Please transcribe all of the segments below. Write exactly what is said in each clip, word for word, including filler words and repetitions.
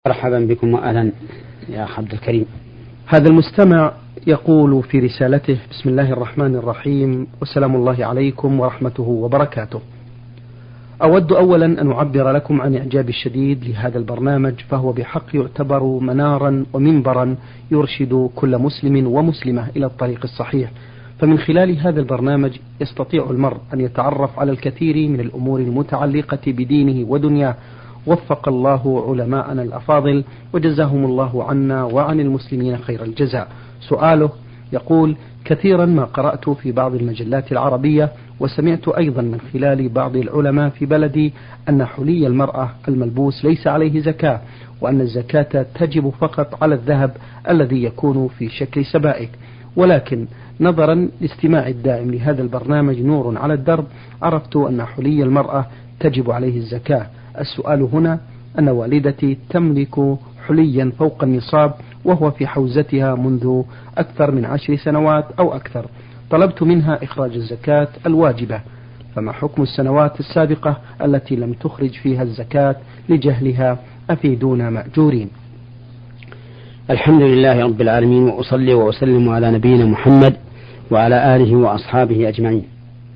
مرحبا بكم وأهلا يا عبد الكريم. هذا المستمع يقول في رسالته: بسم الله الرحمن الرحيم، وسلام الله عليكم ورحمته وبركاته. أود أولا أن أعبر لكم عن إعجابي الشديد لهذا البرنامج، فهو بحق يعتبر منارا ومنبرا يرشد كل مسلم ومسلمة إلى الطريق الصحيح، فمن خلال هذا البرنامج يستطيع المرء أن يتعرف على الكثير من الأمور المتعلقة بدينه ودنياه. وفق الله علماءنا الأفاضل وجزاهم الله عنا وعن المسلمين خير الجزاء. سؤاله يقول: كثيرا ما قرأت في بعض المجلات العربية وسمعت أيضا من خلال بعض العلماء في بلدي أن حلي المرأة الملبوس ليس عليه زكاة، وأن الزكاة تجب فقط على الذهب الذي يكون في شكل سبائك. ولكن نظرا لاستماع الدائم لهذا البرنامج نور على الدرب، عرفت أن حلي المرأة تجب عليه الزكاة. السؤال هنا أن والدتي تملك حليا فوق النصاب، وهو في حوزتها منذ أكثر من عشر سنوات أو أكثر. طلبت منها إخراج الزكاة الواجبة، فما حكم السنوات السابقة التي لم تخرج فيها الزكاة لجهلها؟ أفيدونا مأجورين. الحمد لله رب العالمين، وأصلي وأسلم على نبينا محمد وعلى آله وأصحابه أجمعين.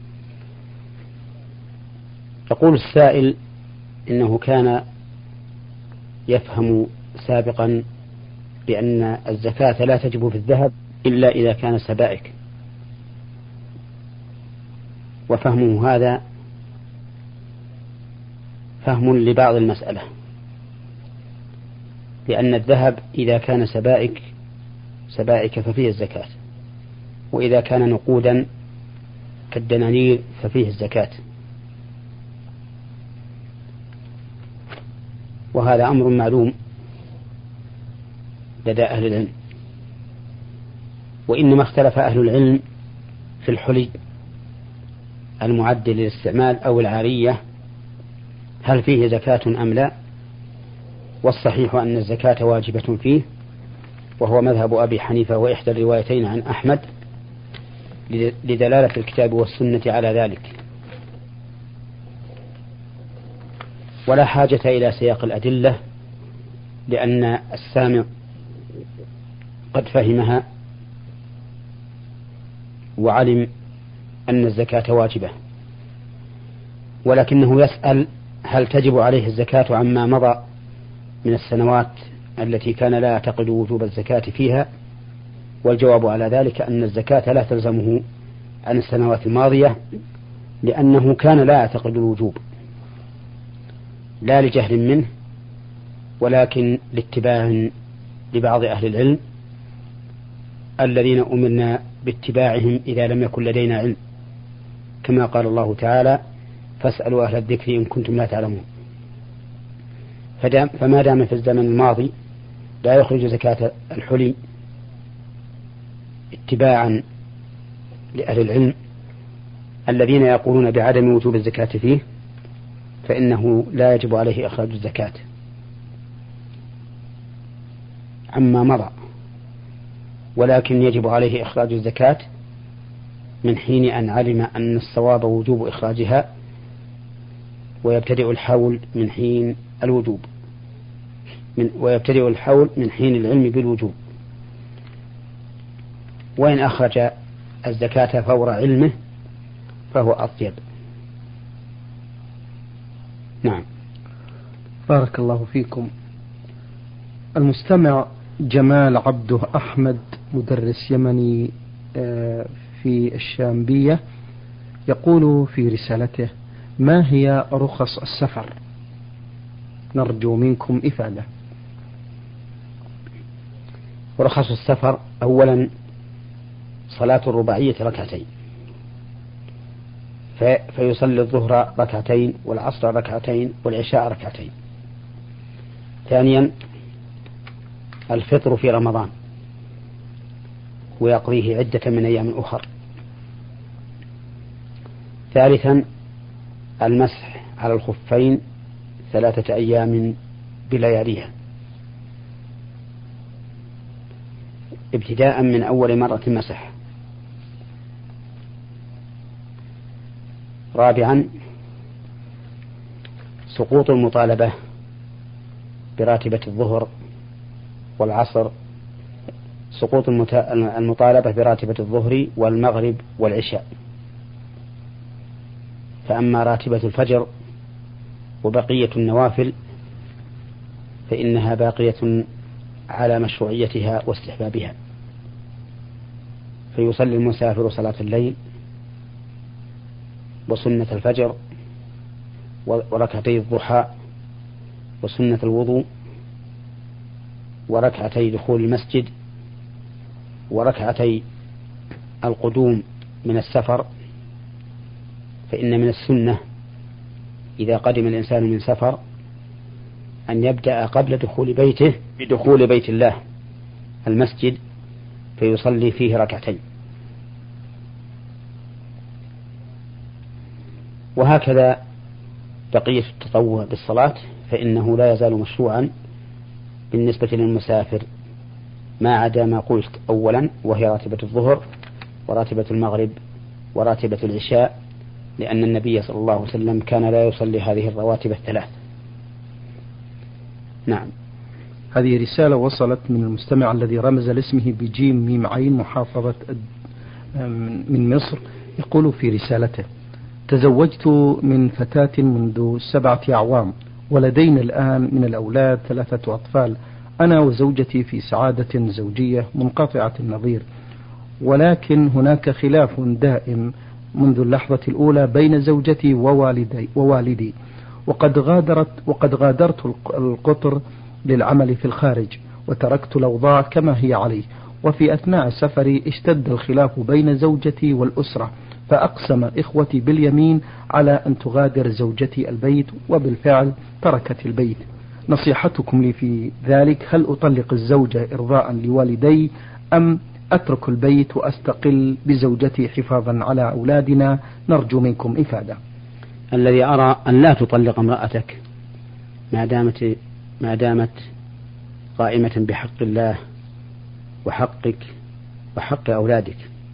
يقول السائل إنه كان يفهم سابقا بأن الزكاة لا تجب في الذهب إلا إذا كان سبائك، وفهمه هذا فهم لبعض المسألة، لأن الذهب إذا كان سبائك سبائك ففيه الزكاة، وإذا كان نقودا كالدنانير ففيه الزكاة، وهذا أمر معلوم لدى أهل العلم. وإنما اختلف أهل العلم في الحلي المعد للاستعمال أو العارية هل فيه زكاة أم لا، والصحيح أن الزكاة واجبة فيه، وهو مذهب أبي حنيفة وإحدى الروايتين عن أحمد لدلالة الكتاب والسنة على ذلك، ولا حاجة إلى سياق الأدلة، لأن السامع قد فهمها وعلم أن الزكاة واجبة، ولكنه يسأل هل تجب عليه الزكاة عما مضى من السنوات التي كان لا يعتقد وجوب الزكاة فيها. والجواب على ذلك أن الزكاة لا تلزمه عن السنوات الماضية، لأنه كان لا يعتقد الوجوب، لا لجهل منه، ولكن لاتباع لبعض أهل العلم الذين أمرنا باتباعهم إذا لم يكن لدينا علم، كما قال الله تعالى: فاسألوا أهل الذكر إن كنتم لا تعلمون. فما دام في الزمن الماضي لا يخرج زكاة الحلي اتباعا لأهل العلم الذين يقولون بعدم وجوب الزكاة فيه، فإنه لا يجب عليه إخراج الزكاة عما مضى، ولكن يجب عليه إخراج الزكاة من حين أن علم أن الصواب وجوب إخراجها، ويبتدئ الحول من حين الوجوب من ويبتدئ الحول من حين العلم بالوجوب. وإن أخرج الزكاة فور علمه فهو أطيب. نعم. بارك الله فيكم. المستمع جمال عبده أحمد، مدرس يمني في الشامبية، يقول في رسالته: ما هي رخص السفر؟ نرجو منكم إفادة. رخص السفر: أولا صلاة الرباعية ركعتين، فيصلي الظهر ركعتين والعصر ركعتين والعشاء ركعتين. ثانيا الفطر في رمضان ويقضيه عدة من أيام أخر. ثالثا المسح على الخفين ثلاثة أيام بلياليها، ابتداء من أول مرة مسح. رابعا سقوط المطالبة براتبة الظهر والعصر، سقوط المطالبة براتبة الظهر والمغرب والعشاء. فأما راتبة الفجر وبقية النوافل فإنها باقية على مشروعيتها واستحبابها، فيصلي المسافر صلاة الليل وسنة الفجر وركعتي الضحى وسنة الوضوء وركعتي دخول المسجد وركعتي القدوم من السفر. فإن من السنة إذا قدم الإنسان من سفر أن يبدأ قبل دخول بيته بدخول بيت الله المسجد فيصلي فيه ركعتين. وهكذا بقية التطوع بالصلاة فإنه لا يزال مشروعا بالنسبة للمسافر ما عدا ما قلت أولا، وهي راتبة الظهر وراتبة المغرب وراتبة العشاء، لأن النبي صلى الله عليه وسلم كان لا يصلي هذه الرواتب الثلاث. نعم. هذه رسالة وصلت من المستمع الذي رمز لاسمه بجيم ميم عين محافظة من مصر. يقول في رسالته: تزوجت من فتاة منذ سبعة أعوام ولدينا الآن من الأولاد ثلاثة أطفال. أنا وزوجتي في سعادة زوجية منقطعة النظير، ولكن هناك خلاف دائم منذ اللحظة الأولى بين زوجتي ووالدي, ووالدي وقد غادرت وقد غادرت القطر للعمل في الخارج وتركت الأوضاع كما هي عليه. وفي أثناء سفري اشتد الخلاف بين زوجتي والأسرة، فأقسم إخوتي باليمين على أن تغادر زوجتي البيت، وبالفعل تركت البيت. نصيحتكم لي في ذلك: هل أطلق الزوجة إرضاء لوالدي أم أترك البيت وأستقل بزوجتي حفاظا على أولادنا؟ نرجو منكم إفادة. الذي أرى أن لا تطلق امرأتك ما دامت ما دامت قائمة بحق الله وحقك وحق أولادك،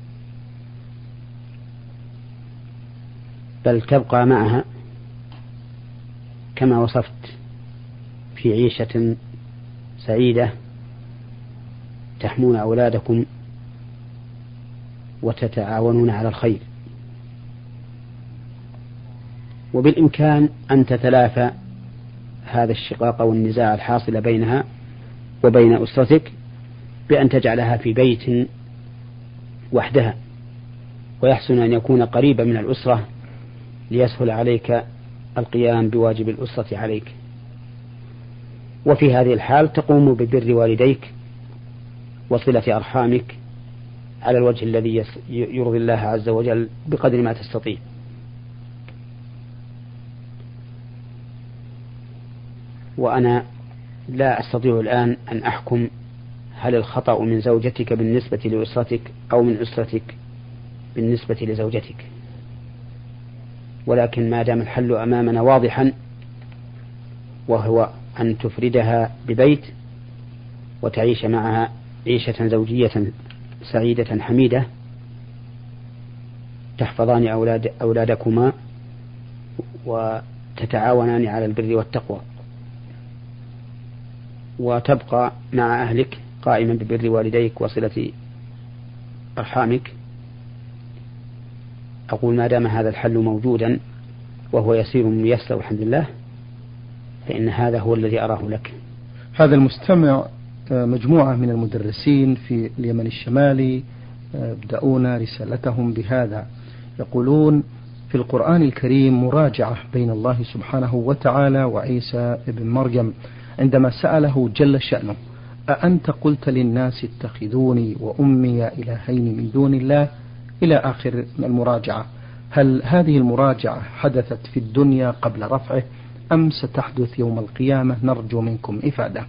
بل تبقى معها كما وصفت في عيشة سعيدة تحمون أولادكم وتتعاونون على الخير. وبالإمكان أن تتلافى هذا الشقاق والنزاع الحاصل بينها وبين أسرتك بأن تجعلها في بيت وحدها، ويحسن أن يكون قريبا من الأسرة ليسهل عليك القيام بواجب الأسرة عليك. وفي هذه الحال تقوم ببر والديك وصلة أرحامك على الوجه الذي يرضي الله عز وجل بقدر ما تستطيع. وأنا لا أستطيع الآن أن أحكم هل الخطأ من زوجتك بالنسبة لأسرتك أو من أسرتك بالنسبة لزوجتك، ولكن ما دام الحل أمامنا واضحا وهو أن تفردها ببيت وتعيش معها عيشة زوجية سعيدة حميدة تحفظان أولاد أولادكما وتتعاونان على البر والتقوى، وتبقى مع أهلك قائما ببر والديك وصلة أرحامك، أقول ما دام هذا الحل موجودا وهو يسير ميسر الحمد لله فإن هذا هو الذي أراه لك. هذا المستمع مجموعة من المدرسين في اليمن الشمالي يبدأون رسالتهم بهذا، يقولون: في القرآن الكريم مراجعة بين الله سبحانه وتعالى وعيسى ابن مريم عندما سأله جل شأنه: أأنت قلت للناس اتخذوني وأمي إلهين من دون الله، إلى آخر المراجعة. هل هذه المراجعة حدثت في الدنيا قبل رفعه أم ستحدث يوم القيامة؟ نرجو منكم إفادة.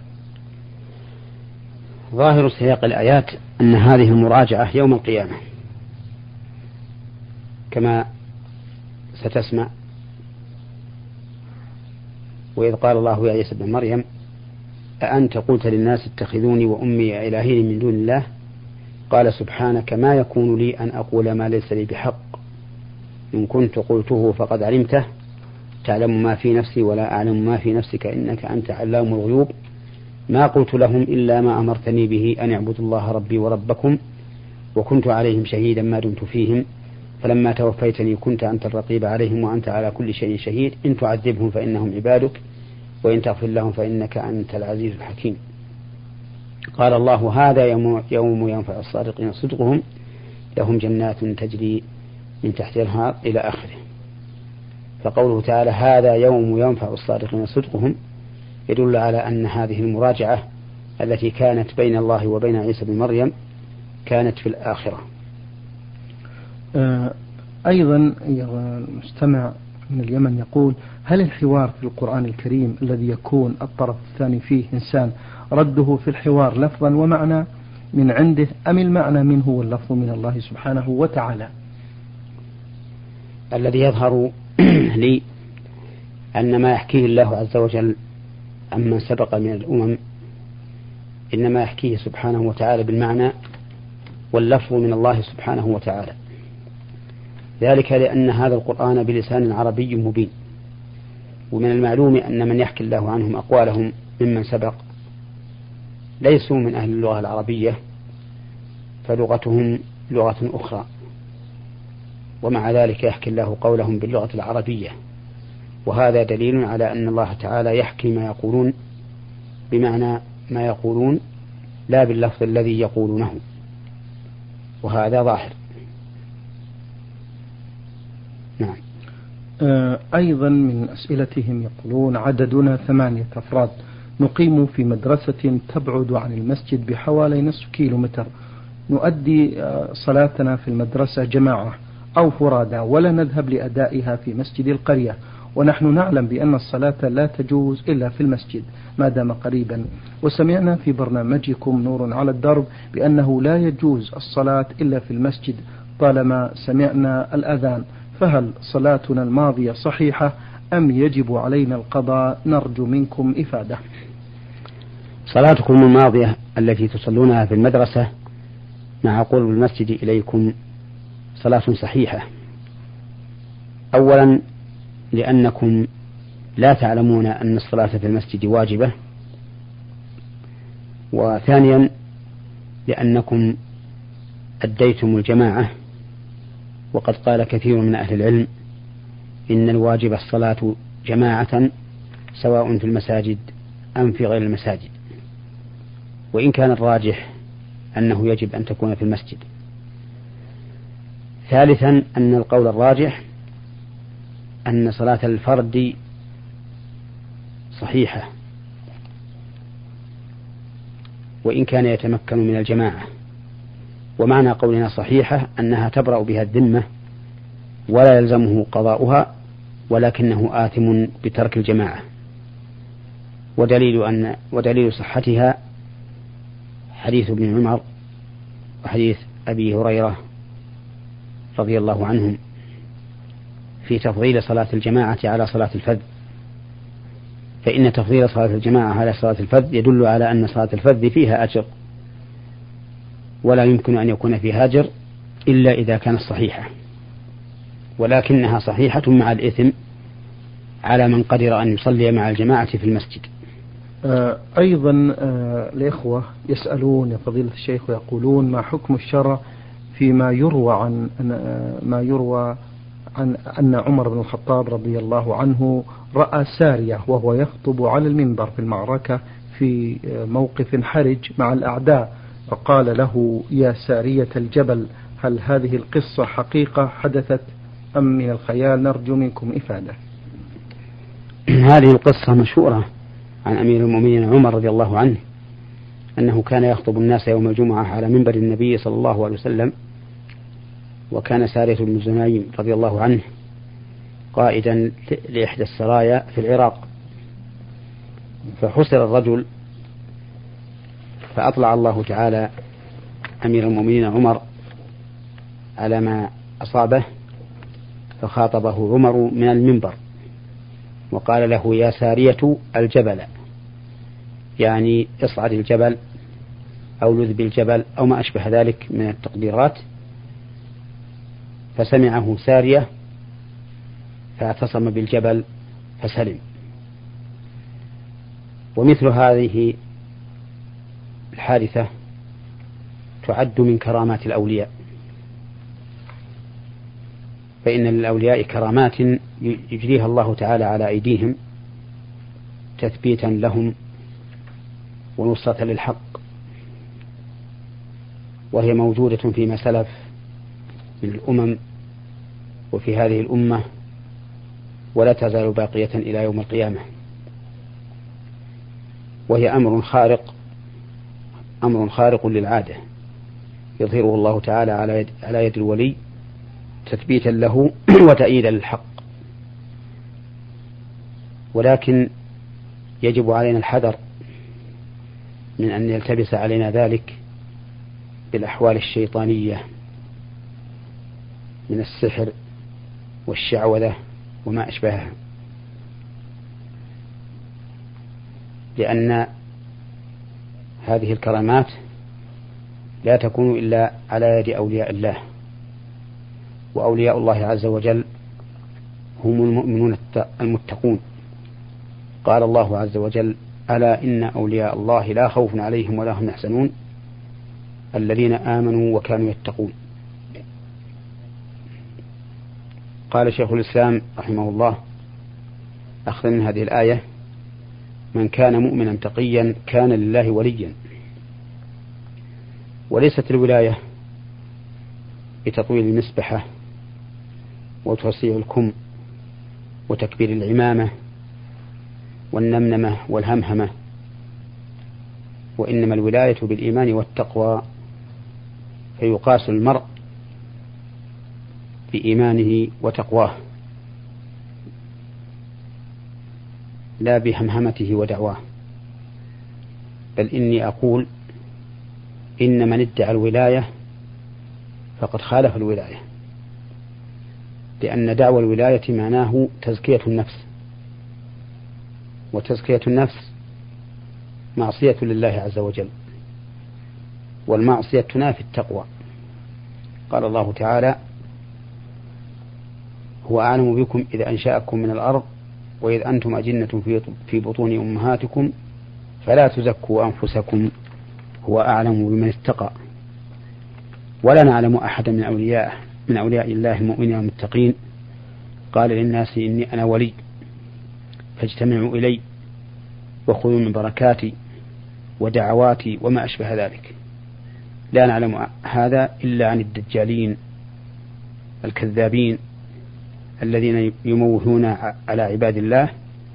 ظاهر سياق الآيات أن هذه المراجعة يوم القيامة كما ستسمع. وإذ قال الله يا عيسى ابن مريم أأنت قلت للناس اتخذوني وأمي إلهين من دون الله قال سبحانك ما يكون لي أن أقول ما ليس لي بحق إن كنت قلته فقد علمته تعلم ما في نفسي ولا أعلم ما في نفسك إنك أنت علام الغيوب ما قلت لهم إلا ما أمرتني به أن اعبدوا الله ربي وربكم وكنت عليهم شهيدا ما دمت فيهم فلما توفيتني كنت أنت الرقيب عليهم وأنت على كل شيء شهيد إن تعذبهم فإنهم عبادك وإن تغفر لهم فإنك أنت العزيز الحكيم. قال الله هذا يوم, يوم ينفع الصادقين صدقهم لهم جنات تجري من تحت الأنهار إلى آخره. فقوله تعالى هذا يوم ينفع الصادقين صدقهم يدل على أن هذه المراجعة التي كانت بين الله وبين عيسى بن مريم كانت في الآخرة. أيضا المستمع من اليمن يقول هل الحوار في القرآن الكريم الذي يكون الطرف الثاني فيه إنسان رده في الحوار لفظا ومعنى من عنده أم المعنى منه واللفظ من الله سبحانه وتعالى؟ الذي يظهر لي أن ما يحكيه الله عز وجل عمن سبق من الأمم إنما يحكيه سبحانه وتعالى بالمعنى واللفظ من الله سبحانه وتعالى، ذلك لأن هذا القرآن بلسان عربي مبين، ومن المعلوم أن من يحكي الله عنهم أقوالهم ممن سبق ليسوا من أهل اللغة العربية فلغتهم لغة أخرى، ومع ذلك يحكي الله قولهم باللغة العربية، وهذا دليل على أن الله تعالى يحكي ما يقولون بمعنى ما يقولون لا باللفظ الذي يقولونه، وهذا ظاهر. نعم. أيضا من أسئلتهم يقولون عددنا ثمانية أفراد نقيم في مدرسة تبعد عن المسجد بحوالي نصف كيلو متر، نؤدي صلاتنا في المدرسة جماعة أو فرادى ولا نذهب لأدائها في مسجد القرية، ونحن نعلم بأن الصلاة لا تجوز إلا في المسجد ما دام قريبا، وسمعنا في برنامجكم نور على الدرب بأنه لا يجوز الصلاة إلا في المسجد طالما سمعنا الأذان، فهل صلاتنا الماضية صحيحة أم يجب علينا القضاء؟ نرجو منكم إفادة. صلاتكم الماضية التي تصلونها في المدرسة مع قرب المسجد إليكم صلاة صحيحة، أولا لأنكم لا تعلمون أن الصلاة في المسجد واجبة، وثانيا لأنكم أديتم الجماعة، وقد قال كثير من أهل العلم إن الواجب الصلاة جماعة سواء في المساجد أم في غير المساجد، وإن كان الراجح أنه يجب أن تكون في المسجد. ثالثا أن القول الراجح أن صلاة الفرد صحيحة وإن كان يتمكن من الجماعة، ومعنى قولنا صحيحة أنها تبرأ بها الذمة ولا يلزمه قضاؤها، ولكنه آثم بترك الجماعة. ودليل أن ودليل صحتها حديث ابن عمر وحديث أبي هريرة رضي الله عنهم في تفضيل صلاة الجماعة على صلاة الفذ، فإن تفضيل صلاة الجماعة على صلاة الفذ يدل على أن صلاة الفذ فيها أجر، ولا يمكن أن يكون فيها أجر إلا إذا كانت صحيحة، ولكنها صحيحة مع الإثم على من قدر أن يصلي مع الجماعة في المسجد. أيضا الإخوة يسألون يا فضيلة الشيخ ويقولون ما حكم الشرع فيما يروى عن ما يروى عن أن عمر بن الخطاب رضي الله عنه رأى سارية وهو يخطب على المنبر في المعركة في موقف حرج مع الأعداء، فقال له يا سارية الجبل، هل هذه القصة حقيقة حدثت أم من الخيال؟ نرجو منكم إفادة. هذه القصة مشهورة عن أمير المؤمنين عمر رضي الله عنه أنه كان يخطب الناس يوم الجمعة على منبر النبي صلى الله عليه وسلم، وكان سارية بن زنايم رضي الله عنه قائدا لإحدى السرايا في العراق، فحصر الرجل، فأطلع الله تعالى أمير المؤمنين عمر على ما أصابه، فخاطبه عمر من المنبر وقال له يا سارية الجبل، يعني اصعد الجبل أو لذ بالجبل أو ما أشبه ذلك من التقديرات، فسمعه سارية فاعتصم بالجبل فسلم. ومثل هذه الحادثة تعد من كرامات الأولياء، فإن للأولياء كرامات يجريها الله تعالى على أيديهم تثبيتا لهم ونصرة للحق، وهي موجودة فيما سلف من الأمم وفي هذه الأمة، ولا تزال باقية إلى يوم القيامة، وهي أمر خارق أمر خارق للعادة يظهره الله تعالى على يد, على يد الولي تثبيتا له وتأييدا للحق. ولكن يجب علينا الحذر من أن يلتبس علينا ذلك بالأحوال الشيطانية من السحر والشعوذة وما أشبهها، لأن هذه الكرامات لا تكون إلا على يد أولياء الله، وأولياء الله عز وجل هم المؤمنون المتقون. قال الله عز وجل: ألا إن أولياء الله لا خوف عليهم ولا هم يحزنون الذين آمنوا وكانوا يتقون. قال شيخ الإسلام رحمه الله أخذا من هذه الآية: من كان مؤمنا تقيا كان لله وليا. وليست الولاية بتطويل المسبحة وتوسيع الكم وتكبير العمامة والنمنمة والهمهمة، وإنما الولاية بالإيمان والتقوى، فيقاس المرء بإيمانه وتقواه لا بهمهمته ودعواه. بل إني أقول إن من ادعى الولاية فقد خالف الولاية، لأن دعوى الولاية معناه تزكية النفس، وتزكية النفس معصية لله عز وجل، والمعصية تنافي التقوى. قال الله تعالى: هو أعلم بكم إذ أنشأكم من الأرض وإذ أنتم أجنة في بطون أمهاتكم فلا تزكوا أنفسكم هو أعلم بمن اتقى. ولا نعلم أحدا من أولياء من أولياء الله المؤمنين المتقين قال للناس إني أنا ولي فاجتمعوا إلي وخذوا من بركاتي ودعواتي وما أشبه ذلك. لا نعلم هذا إلا عن الدجالين الكذابين الذين يموهون على عباد الله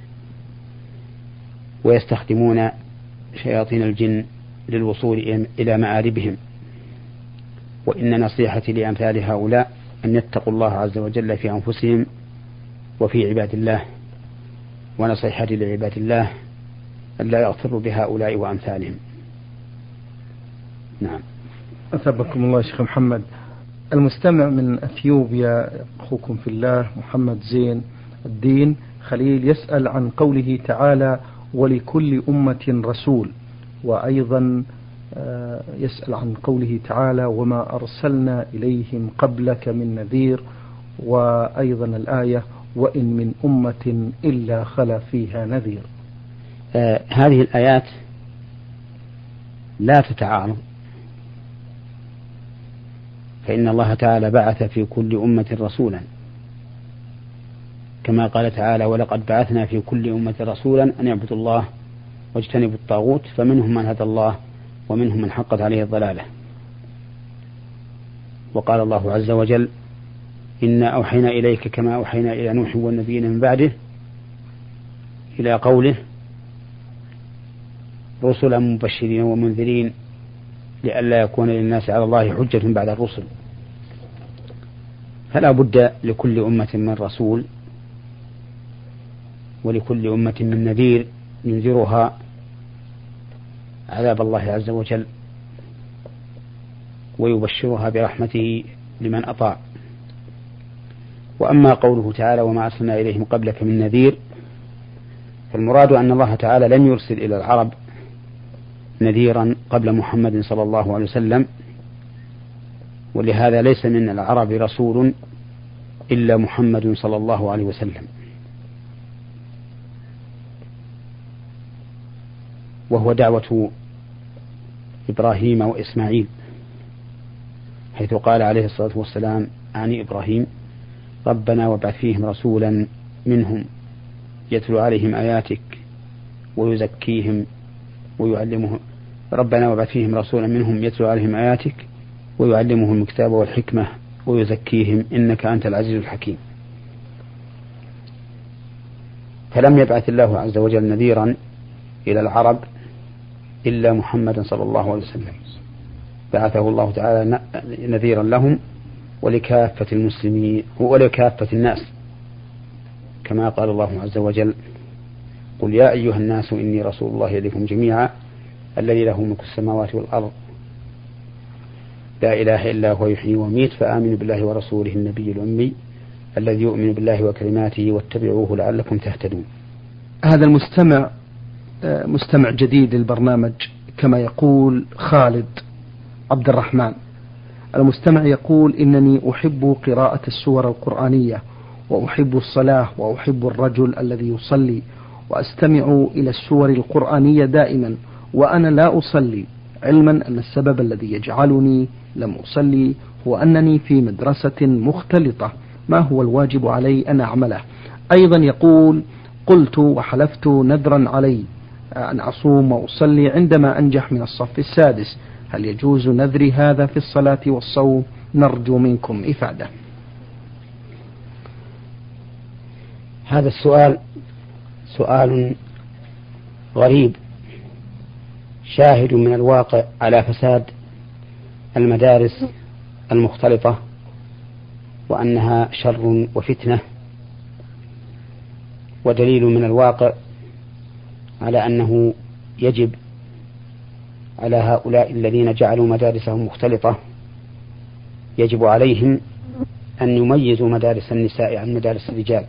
ويستخدمون شياطين الجن للوصول إلى مآربهم. وإن نصيحتي لأمثال هؤلاء أن يتقوا الله عز وجل في أنفسهم وفي عباد الله، ونصيحتي لعباد الله أن لا يغفروا بهؤلاء وأمثالهم. نعم. أثبكم الله شيخ محمد. المستمع من أثيوبيا أخوكم في الله محمد زين الدين خليل يسأل عن قوله تعالى: ولكل أمة رسول، وأيضا يسأل عن قوله تعالى: وما أرسلنا إليهم قبلك من نذير، وأيضا الآية: وإن من أمة إلا خلا فيها نذير. آه هذه الآيات لا تتعارض، فإن الله تعالى بعث في كل أمة رسولا، كما قال تعالى: ولقد بعثنا في كل أمة رسولا أن يعبدوا الله واجتنبوا الطاغوت فمنهم من هدى الله ومنهم من حقت عليه الضلالة. وقال الله عز وجل: إنا أوحينا إليك كما أوحينا إلى نوح والنبيين من بعده، إلى قوله: رسلا مبشرين ومنذرين لئلا يكون للناس على الله حجة بعد الرسل. فلا بد لكل أمة من رسول، ولكل أمة من نذير ينذرها عذاب الله عز وجل ويبشرها برحمته لمن أطاع. وأما قوله تعالى: وما أرسلنا إليهم قبلك من نذير، فالمراد أن الله تعالى لم يرسل إلى العرب نذيرا قبل محمد صلى الله عليه وسلم، ولهذا ليس من العرب رسول إلا محمد صلى الله عليه وسلم، وهو دعوة إبراهيم وإسماعيل، حيث قال عليه الصلاة والسلام عن إبراهيم: ربنا وابعث فيهم رسولا منهم يتلو عليهم آياتك ويزكيهم ويعلمهم ربنا وابعث فيهم رسولا منهم يتلو عليهم آياتك ويعلمهم الكتاب والحكمة ويزكيهم إنك أنت العزيز الحكيم. فلم يبعث الله عز وجل نذيرا إلى العرب إلا محمدا صلى الله عليه وسلم، بعثه الله تعالى نذيرا لهم ولكافة المسلمين ولكافة الناس، كما قال الله عز وجل: قل يا أيها الناس إني رسول الله إليكم جميعا الذي له ملك السماوات والأرض لا إله إلا هو يحيي ويميت فآمنوا بالله ورسوله النبي الأمي الذي يؤمن بالله وكلماته واتبعوه لعلكم تهتدون. هذا المستمع مستمع جديد للبرنامج، كما يقول خالد عبد الرحمن. المستمع يقول: إنني أحب قراءة السور القرآنية، وأحب الصلاة، وأحب الرجل الذي يصلي، وأستمع إلى السور القرآنية دائما وأنا لا أصلي، علما أن السبب الذي يجعلني لم أصلي هو أنني في مدرسة مختلطة. ما هو الواجب علي أن أعمله؟ أيضا يقول: قلت وحلفت نذرا علي أن أصوم وأصلي عندما أنجح من الصف السادس، هل يجوز نذري هذا في الصلاة والصوم؟ نرجو منكم إفادة. هذا السؤال سؤال غريب شاهد من الواقع على فساد المدارس المختلطة وأنها شر وفتنة، ودليل من الواقع على أنه يجب على هؤلاء الذين جعلوا مدارسهم مختلطة يجب عليهم أن يميزوا مدارس النساء عن مدارس الرجال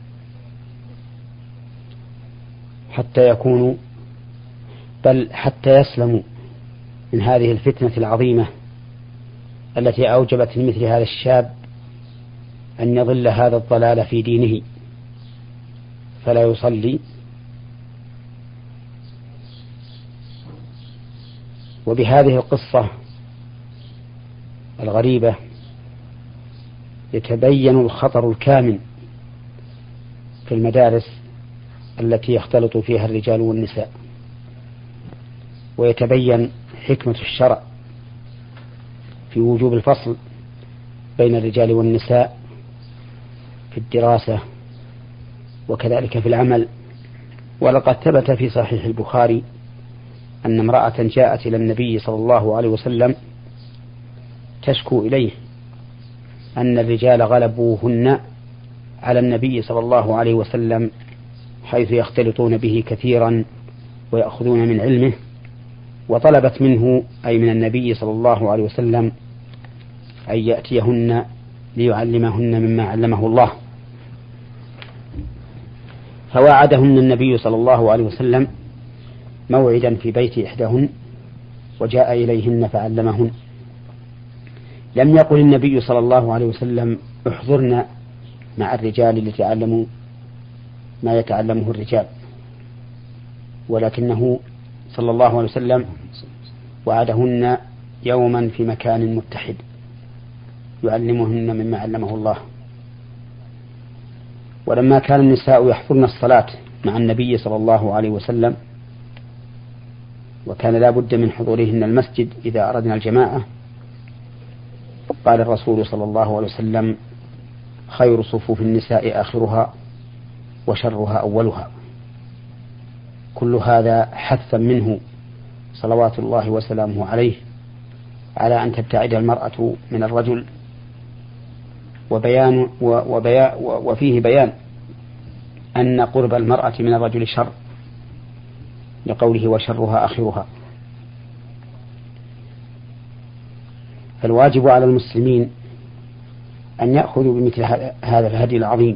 حتى يكونوا بل حتى يسلموا من هذه الفتنة العظيمة التي أوجبت لمثل هذا الشاب أن يضل هذا الضلال في دينه فلا يصلي. وبهذه القصة الغريبة يتبين الخطر الكامن في المدارس التي يختلط فيها الرجال والنساء، ويتبين حكمة الشرع في وجوب الفصل بين الرجال والنساء في الدراسة وكذلك في العمل. ولقد ثبت في صحيح البخاري أن امرأة جاءت إلى النبي صلى الله عليه وسلم تشكو إليه أن الرجال غلبوهن على النبي صلى الله عليه وسلم حيث يختلطون به كثيرا ويأخذون من علمه، وطلبت منه أي من النبي صلى الله عليه وسلم أن يأتيهن ليعلمهن مما علمه الله، فواعدهن النبي صلى الله عليه وسلم موعدا في بيت إحداهن وجاء إليهن فعلمهن. لم يقل النبي صلى الله عليه وسلم احضرن مع الرجال لتعلموا ما يتعلمه الرجال، ولكنه صلى الله عليه وسلم وعدهن يوما في مكان متحد يعلمهن مما علمه الله. ولما كان النساء يحضرن الصلاة مع النبي صلى الله عليه وسلم وكان لا بد من حضورهن المسجد إذا أردنا الجماعة، قال الرسول صلى الله عليه وسلم: خير صفوف النساء آخرها وشرها أولها. كل هذا حثا منه صلوات الله وسلامه عليه على أن تبتعد المرأة من الرجل، وبيان وبيان وفيه بيان أن قرب المرأة من الرجل شر لقوله وشرها آخرها. فالواجب على المسلمين أن يأخذوا بمثل هذا الهدي العظيم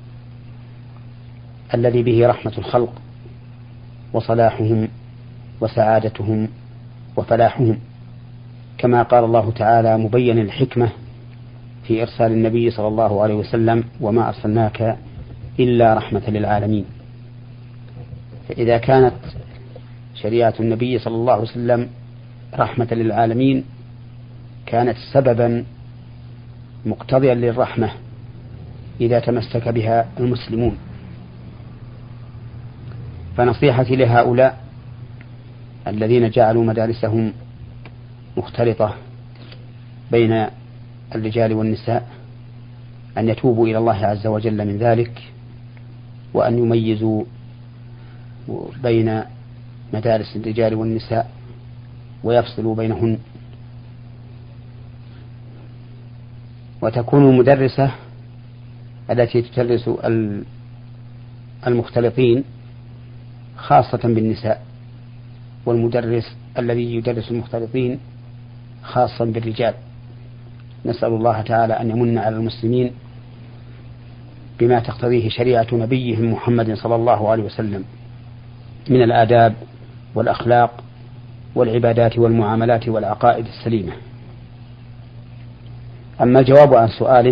الذي به رحمة الخلق وصلاحهم وسعادتهم وفلاحهم، كما قال الله تعالى مبين الحكمة في إرسال النبي صلى الله عليه وسلم: وما أرسلناك إلا رحمة للعالمين. فإذا كانت شريعة النبي صلى الله عليه وسلم رحمة للعالمين كانت سببا مقتضيا للرحمة إذا تمسك بها المسلمون. فنصيحتي لهؤلاء الذين جعلوا مدارسهم مختلطة بين الرجال والنساء أن يتوبوا إلى الله عز وجل من ذلك، وأن يميزوا بين مدارس الرجال والنساء ويفصلوا بينهن، وتكون المدرسة التي تدرس المختلطين خاصة بالنساء، والمدرس الذي يدرس المختلطين خاصا بالرجال. نسأل الله تعالى أن يمن على المسلمين بما تقتضيه شريعة نبيهم محمد صلى الله عليه وسلم من الآداب والأخلاق والعبادات والمعاملات والعقائد السليمة. أما الجواب عن سؤاله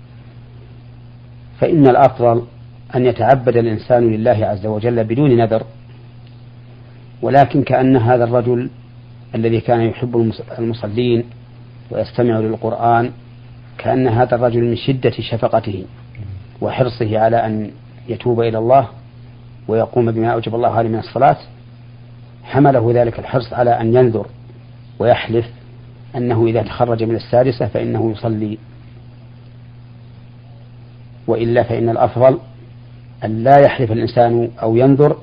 فإن الأفضل أن يتعبد الإنسان لله عز وجل بدون نذر، ولكن كأن هذا الرجل الذي كان يحب المصلين ويستمع للقرآن، كأن هذا الرجل من شدة شفقته وحرصه على أن يتوب إلى الله ويقوم بما أوجب الله عليه من الصلاة، حمله ذلك الحرص على أن ينذر ويحلف أنه إذا تخرج من السادسة فإنه يصلي، وإلا فإن الأفضل أن لا يحلف الإنسان أو ينذر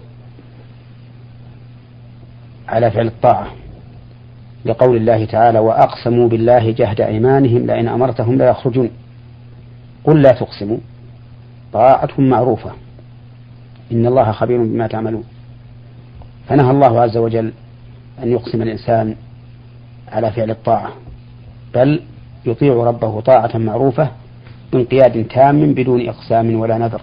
على فعل الطاعة، لقول الله تعالى: وأقسموا بالله جهد أيمانهم لئن أمرتهم لا يخرجون. قل لا تقسموا، طاعتهم معروفة، إن الله خبير بما تعملون. فنهى الله عز وجل أن يقسم الإنسان على فعل الطاعة، بل يطيع ربه طاعة معروفة بانقياد تام بدون إقسام ولا نذر.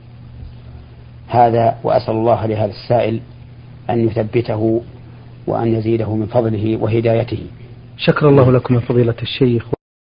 هذا، وأسأل الله لهذا السائل أن يثبته وأن يزيده من فضله وهدايته. شكر الله لكم يا فضيلة الشيخ.